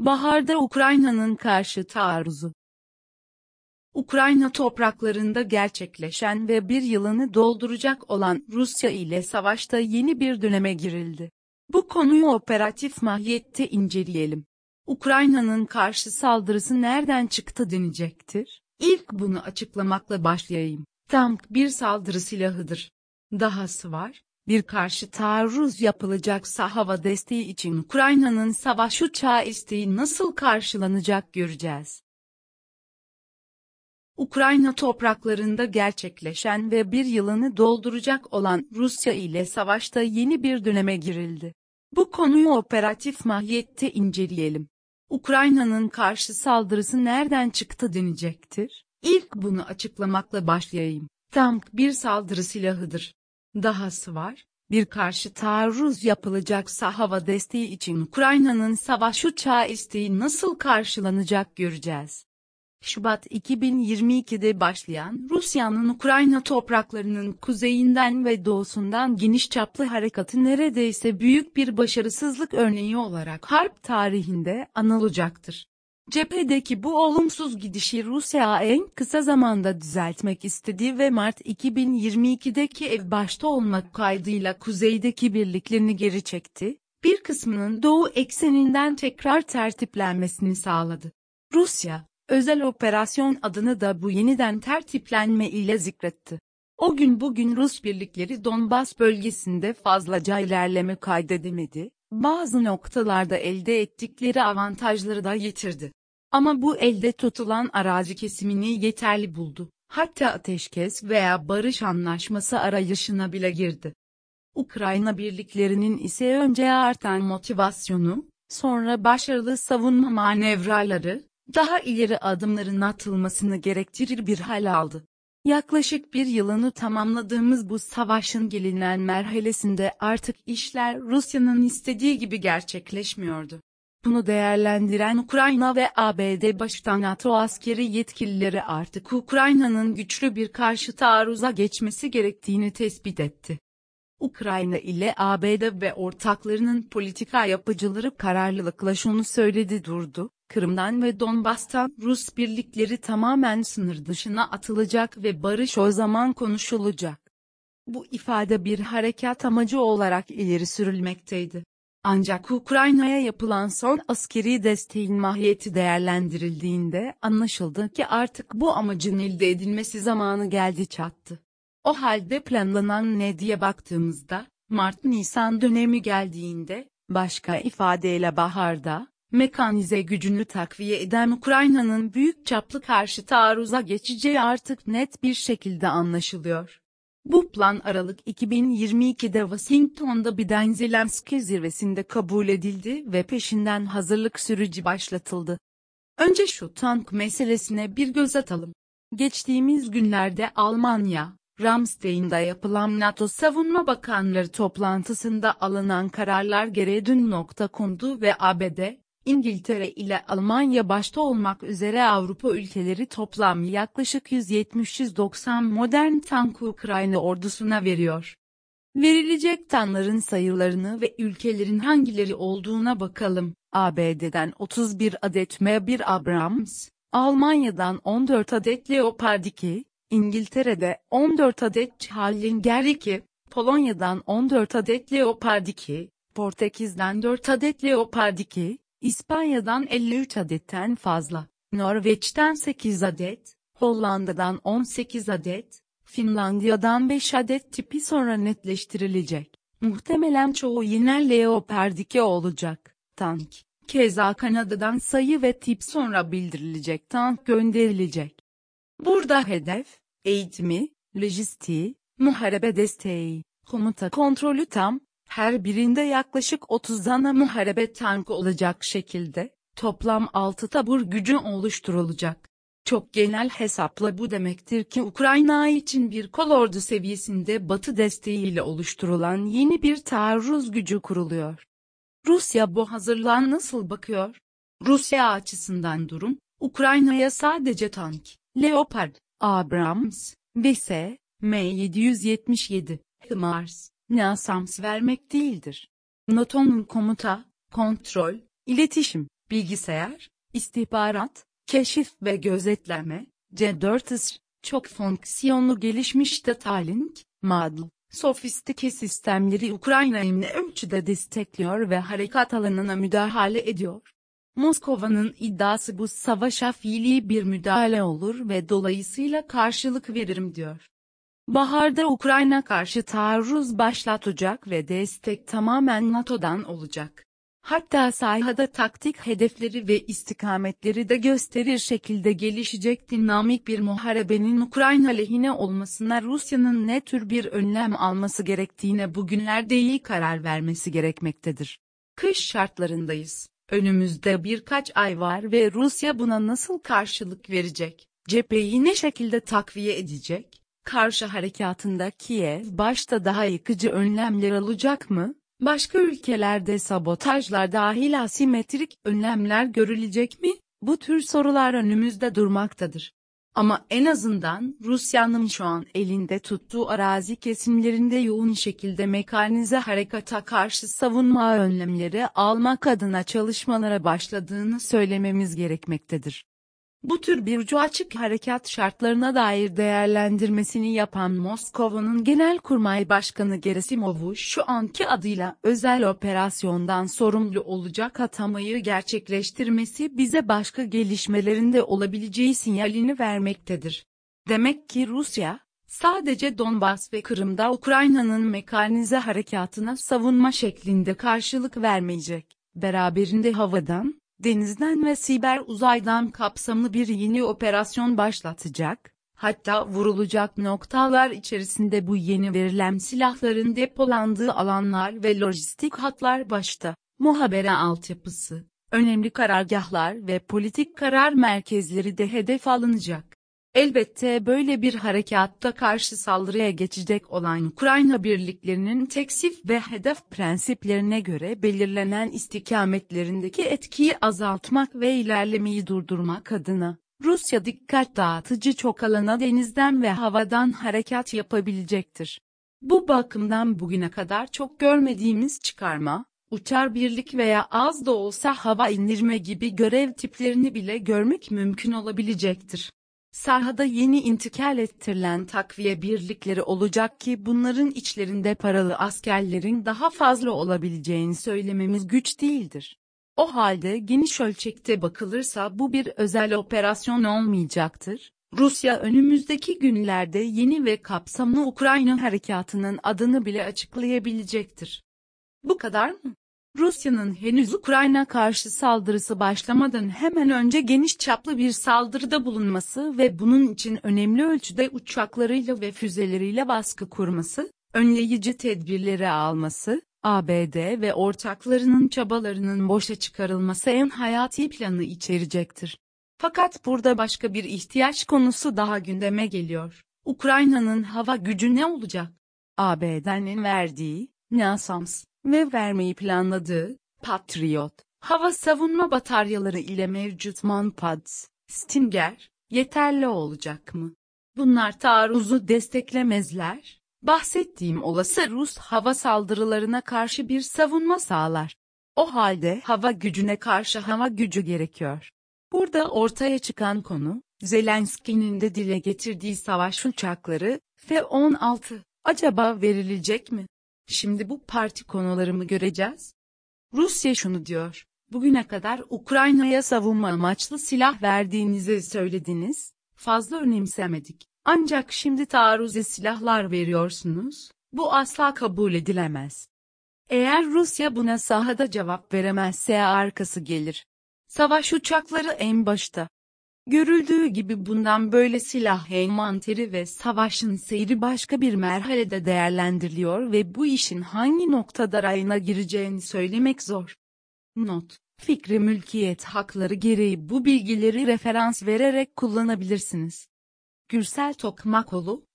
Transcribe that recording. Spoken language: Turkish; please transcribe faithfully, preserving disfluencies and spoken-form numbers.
Baharda Ukrayna'nın karşı taarruzu. Ukrayna topraklarında gerçekleşen ve bir yılını dolduracak olan Rusya ile savaşta yeni bir döneme girildi. Bu konuyu operatif mahiyette inceleyelim. Ukrayna'nın karşı saldırısı nereden çıktı denecektir. İlk bunu açıklamakla başlayayım. Tank bir saldırı silahıdır. Dahası var, bir karşı taarruz yapılacaksa hava desteği için Ukrayna'nın savaş uçağı isteği nasıl karşılanacak göreceğiz. Ukrayna topraklarında gerçekleşen ve bir yılını dolduracak olan Rusya ile savaşta yeni bir döneme girildi. Bu konuyu operatif mahiyette inceleyelim. Ukrayna'nın karşı saldırısı nereden çıktı denecektir. İlk bunu açıklamakla başlayayım. Tank bir saldırı silahıdır. Dahası var, bir karşı taarruz yapılacaksa hava desteği için Ukrayna'nın savaş uçağı isteği nasıl karşılanacak göreceğiz. Şubat iki bin yirmi iki'de başlayan Rusya'nın Ukrayna topraklarının kuzeyinden ve doğusundan geniş çaplı harekatı neredeyse büyük bir başarısızlık örneği olarak harp tarihinde anılacaktır. Cephedeki bu olumsuz gidişi Rusya en kısa zamanda düzeltmek istedi ve Mart iki bin yirmi iki'deki ev başta olmak kaydıyla kuzeydeki birliklerini geri çekti, bir kısmının doğu ekseninden tekrar tertiplenmesini sağladı. Rusya, özel operasyon adını da bu yeniden tertiplenme ile zikretti. O gün bugün Rus birlikleri Donbas bölgesinde fazlaca ilerleme kaydedemedi, bazı noktalarda elde ettikleri avantajları da yitirdi. Ama bu elde tutulan arazi kesimini yeterli buldu, hatta ateşkes veya barış anlaşması arayışına bile girdi. Ukrayna birliklerinin ise önce artan motivasyonu, sonra başarılı savunma manevraları, daha ileri adımların atılmasını gerektirir bir hal aldı. Yaklaşık bir yılını tamamladığımız bu savaşın gelinen merhalesinde artık işler Rusya'nın istediği gibi gerçekleşmiyordu. Bunu değerlendiren Ukrayna ve A B D başta NATO askeri yetkilileri artık Ukrayna'nın güçlü bir karşı taarruza geçmesi gerektiğini tespit etti. Ukrayna ile A B D ve ortaklarının politika yapıcıları kararlılıkla şunu söyledi durdu, Kırım'dan ve Donbas'tan Rus birlikleri tamamen sınır dışına atılacak ve barış o zaman konuşulacak. Bu ifade bir harekat amacı olarak ileri sürülmekteydi. Ancak Ukrayna'ya yapılan son askeri desteğin mahiyeti değerlendirildiğinde anlaşıldı ki artık bu amacın elde edilmesi zamanı geldi çattı. O halde planlanan ne diye baktığımızda, Mart-Nisan dönemi geldiğinde, başka ifadeyle baharda, mekanize gücünü takviye eden Ukrayna'nın büyük çaplı karşı taarruza geçeceği artık net bir şekilde anlaşılıyor. Bu plan Aralık iki bin yirmi iki'de Washington'da Biden-Zelenski zirvesinde kabul edildi ve peşinden hazırlık süreci başlatıldı. Önce şu tank meselesine bir göz atalım. Geçtiğimiz günlerde Almanya, Ramstein'da yapılan NATO Savunma Bakanları toplantısında alınan kararlar gereği dün nokta kondu ve A B D, İngiltere ile Almanya başta olmak üzere Avrupa ülkeleri toplam yaklaşık yüz yetmiş yüz doksan modern tankı Ukrayna ordusuna veriyor. Verilecek tankların sayılarını ve ülkelerin hangileri olduğuna bakalım. A B D'den otuz bir adet M bir Abrams, Almanya'dan on dört adet Leopard iki, İngiltere'de on dört adet Challenger iki, Polonya'dan on dört adet Leopard iki, Portekiz'den dört adet Leopard iki, İspanya'dan elli üç adetten fazla, Norveç'ten sekiz adet, Hollanda'dan on sekiz adet, Finlandiya'dan beş adet tipi sonra netleştirilecek. Muhtemelen çoğu yine Leopard iki olacak. Tank, keza Kanada'dan sayı ve tip sonra bildirilecek tank gönderilecek. Burada hedef, eğitimi, lojistiği, muharebe desteği, komuta kontrolü tam, her birinde yaklaşık otuz ana muharebe tankı olacak şekilde, toplam altı tabur gücü oluşturulacak. Çok genel hesapla bu demektir ki Ukrayna için bir kolordu seviyesinde Batı desteğiyle oluşturulan yeni bir taarruz gücü kuruluyor. Rusya bu hazırlığa nasıl bakıyor? Rusya açısından durum, Ukrayna'ya sadece tank, Leopard, Abrams, V S, M yedi yüz yetmiş yedi, HIMARS, NASAMS vermek değildir. NATO'nun komuta, kontrol, iletişim, bilgisayar, istihbarat, keşif ve gözetleme, C dört S, çok fonksiyonlu gelişmiş data link, model, sofistike sistemleri Ukrayna'yı ne ölçüde destekliyor ve harekat alanına müdahale ediyor. Moskova'nın iddiası bu savaşa fiili bir müdahale olur ve dolayısıyla karşılık veririm diyor. Baharda Ukrayna karşı taarruz başlatacak ve destek tamamen NATO'dan olacak. Hatta sahada taktik hedefleri ve istikametleri de gösterir şekilde gelişecek dinamik bir muharebenin Ukrayna lehine olmasına Rusya'nın ne tür bir önlem alması gerektiğine bugünlerde iyi karar vermesi gerekmektedir. Kış şartlarındayız. Önümüzde birkaç ay var ve Rusya buna nasıl karşılık verecek? Cepheyi ne şekilde takviye edecek? Karşı harekatında Kiev başta daha yıkıcı önlemler alacak mı? Başka ülkelerde sabotajlar dahil asimetrik önlemler görülecek mi? Bu tür sorular önümüzde durmaktadır. Ama en azından Rusya'nın şu an elinde tuttuğu arazi kesimlerinde yoğun şekilde mekanize harekata karşı savunma önlemleri almak adına çalışmalara başladığını söylememiz gerekmektedir. Bu tür bir ucu açık harekat şartlarına dair değerlendirmesini yapan Moskova'nın Genelkurmay Başkanı Gerasimov'u şu anki adıyla özel operasyondan sorumlu olacak atamayı gerçekleştirmesi bize başka gelişmelerinde olabileceği sinyalini vermektedir. Demek ki Rusya, sadece Donbas ve Kırım'da Ukrayna'nın mekanize harekatına savunma şeklinde karşılık vermeyecek, beraberinde havadan, denizden ve siber uzaydan kapsamlı bir yeni operasyon başlatacak, hatta vurulacak noktalar içerisinde bu yeni verilen silahların depolandığı alanlar ve lojistik hatlar başta, muhabere altyapısı, önemli karargahlar ve politik karar merkezleri de hedef alınacak. Elbette böyle bir harekatta karşı saldırıya geçecek olan Ukrayna birliklerinin teksif ve hedef prensiplerine göre belirlenen istikametlerindeki etkiyi azaltmak ve ilerlemeyi durdurmak adına, Rusya dikkat dağıtıcı çok alana denizden ve havadan harekat yapabilecektir. Bu bakımdan bugüne kadar çok görmediğimiz çıkarma, uçar birlik veya az da olsa hava indirme gibi görev tiplerini bile görmek mümkün olabilecektir. Sahada yeni intikal ettirilen takviye birlikleri olacak ki bunların içlerinde paralı askerlerin daha fazla olabileceğini söylememiz güç değildir. O halde geniş ölçekte bakılırsa bu bir özel operasyon olmayacaktır. Rusya önümüzdeki günlerde yeni ve kapsamlı Ukrayna harekatının adını bile açıklayabilecektir. Bu kadar mı? Rusya'nın henüz Ukrayna karşı saldırısı başlamadan hemen önce geniş çaplı bir saldırıda bulunması ve bunun için önemli ölçüde uçaklarıyla ve füzeleriyle baskı kurması, önleyici tedbirleri alması, A B D ve ortaklarının çabalarının boşa çıkarılması en hayati planı içerecektir. Fakat burada başka bir ihtiyaç konusu daha gündeme geliyor. Ukrayna'nın hava gücü ne olacak? A B D'nin verdiği, NASAMS ve vermeyi planladığı, Patriot, hava savunma bataryaları ile mevcut Manpads, Stinger, yeterli olacak mı? Bunlar taarruzu desteklemezler. Bahsettiğim olası Rus hava saldırılarına karşı bir savunma sağlar. O halde hava gücüne karşı hava gücü gerekiyor. Burada ortaya çıkan konu, Zelenski'nin de dile getirdiği savaş uçakları, F on altı, acaba verilecek mi? Şimdi bu parti konularımı göreceğiz. Rusya şunu diyor, bugüne kadar Ukrayna'ya savunma amaçlı silah verdiğinizi söylediniz, fazla önemsemedik. Ancak şimdi taarruza silahlar veriyorsunuz, bu asla kabul edilemez. Eğer Rusya buna sahada cevap veremezse arkası gelir. Savaş uçakları en başta. Görüldüğü gibi bundan böyle silah envanteri ve savaşın seyri başka bir merhalede değerlendiriliyor ve bu işin hangi noktada rayına gireceğini söylemek zor. Not: Fikri mülkiyet hakları gereği bu bilgileri referans vererek kullanabilirsiniz. Gürsel Tokmakoğlu,